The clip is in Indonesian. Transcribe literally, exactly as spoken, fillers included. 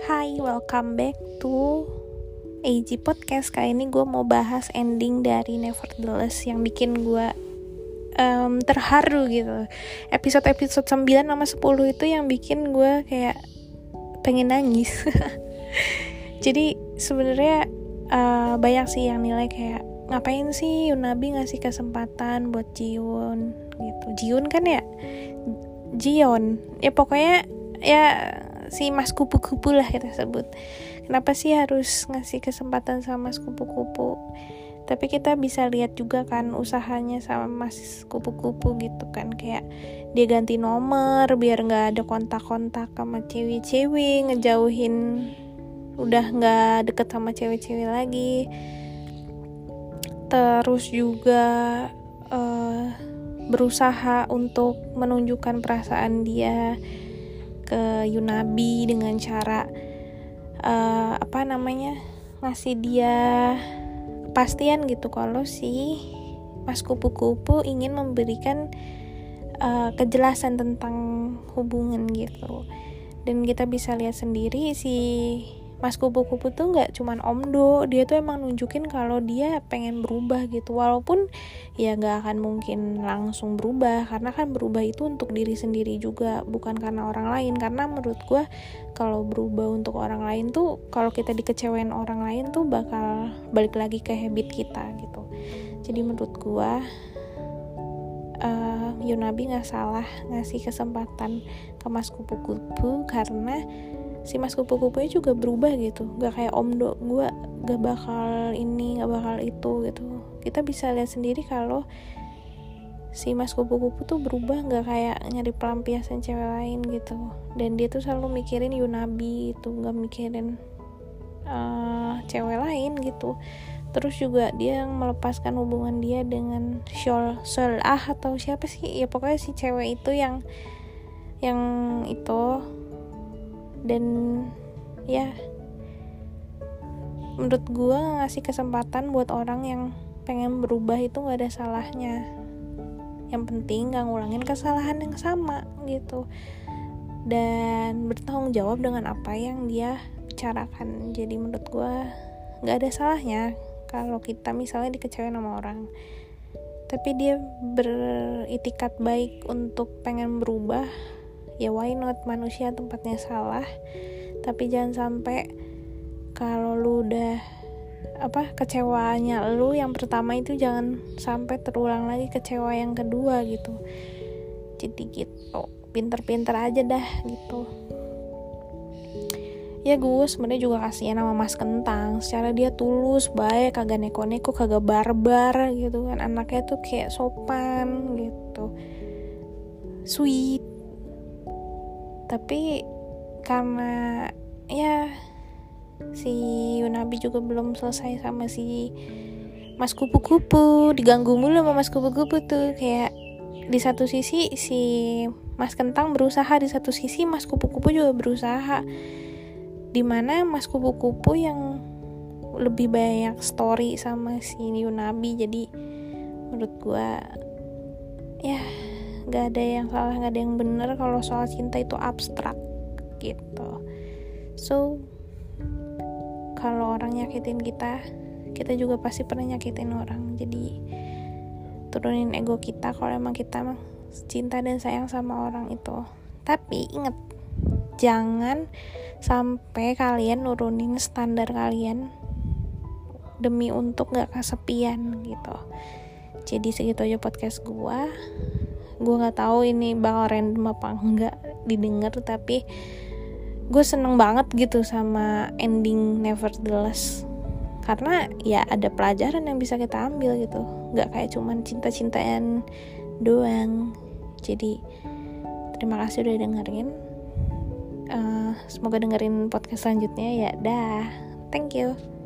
Hai, welcome back to A G Podcast. Kali ini gue mau bahas ending dari Nevertheless yang bikin gue um, terharu gitu. Episode-episode sembilan sama sepuluh itu yang bikin gue kayak pengen nangis. Jadi sebenarnya uh, banyak sih yang nilai kayak ngapain sih Yunabi ngasih kesempatan buat Jiun gitu. Jiun kan ya? Jion. Ya pokoknya ya si Mas Kupu-Kupu lah kita sebut. Kenapa sih harus ngasih kesempatan sama Mas Kupu-Kupu? Tapi kita bisa lihat juga kan usahanya sama Mas Kupu-Kupu gitu kan, kayak dia ganti nomor biar nggak ada kontak-kontak sama cewek-cewek, ngejauhin, udah nggak deket sama cewek-cewek lagi. Terus juga uh, berusaha untuk menunjukkan perasaan dia ke Yunabi dengan cara uh, apa namanya ngasih dia kepastian gitu kalau si Mas Kupu-Kupu ingin memberikan uh, kejelasan tentang hubungan gitu. Dan kita bisa lihat sendiri si Mas Kupu-Kupu tuh nggak cuman omdo, dia tuh emang nunjukin kalau dia pengen berubah gitu, walaupun ya nggak akan mungkin langsung berubah, karena kan berubah itu untuk diri sendiri juga, bukan karena orang lain. Karena menurut gue kalau berubah untuk orang lain tuh, kalau kita dikecewain orang lain tuh bakal balik lagi ke habit kita gitu. Jadi menurut gue uh, Yunabi nggak salah ngasih kesempatan ke Mas Kupu-Kupu, karena si Mas Kupu-Kupunya juga berubah gitu, gak kayak omdo, gue gak bakal ini, gak bakal itu gitu. Kita bisa lihat sendiri kalau si Mas Kupu-Kupu tuh berubah, gak kayak nyari pelampiasan cewek lain gitu. Dan dia tuh selalu mikirin Yunabi itu, gak mikirin uh, cewek lain gitu. Terus juga dia yang melepaskan hubungan dia dengan Shol Shol ah atau siapa sih, ya pokoknya si cewek itu yang yang itu. Dan ya menurut gue ngasih kesempatan buat orang yang pengen berubah itu gak ada salahnya. Yang penting gak ngulangin kesalahan yang sama gitu, dan bertanggung jawab dengan apa yang dia bicarakan. Jadi menurut gue gak ada salahnya kalau kita misalnya dikecewain sama orang, tapi dia beritikat baik untuk pengen berubah, ya why not, manusia tempatnya salah. Tapi jangan sampai kalau lu udah apa kecewanya lu yang pertama itu jangan sampai terulang lagi kecewa yang kedua gitu. Jadi gitu, pinter-pinter aja dah gitu. Ya gue sebenarnya juga kasihan sama Mas Kentang, secara dia tulus, baik, kagak neko-neko, kagak barbar gitu kan. Anaknya tuh kayak sopan gitu, sweet. Tapi karena ya si Yunabi juga belum selesai sama si Mas Kupu-Kupu, diganggu mulu sama Mas Kupu-Kupu tuh. Kayak di satu sisi si Mas Kentang berusaha, di satu sisi Mas Kupu-Kupu juga berusaha. Dimana Mas Kupu-Kupu yang lebih banyak story sama si Yunabi. Jadi menurut gue ya gak ada yang salah, gak ada yang benar kalau soal cinta itu abstrak gitu. So kalau orang nyakitin kita, kita juga pasti pernah nyakitin orang. Jadi turunin ego kita kalau emang kita cinta dan sayang sama orang itu. Tapi ingat, jangan sampai kalian nurunin standar kalian demi untuk gak kesepian gitu. Jadi segitu aja podcast gua. Gue nggak tahu ini bakal random apa enggak didengar, tapi gue seneng banget gitu sama ending Nevertheless, karena ya ada pelajaran yang bisa kita ambil gitu, nggak kayak cuman cinta-cintaan doang. Jadi terima kasih udah dengerin, uh, semoga dengerin podcast selanjutnya ya. Dah, thank you.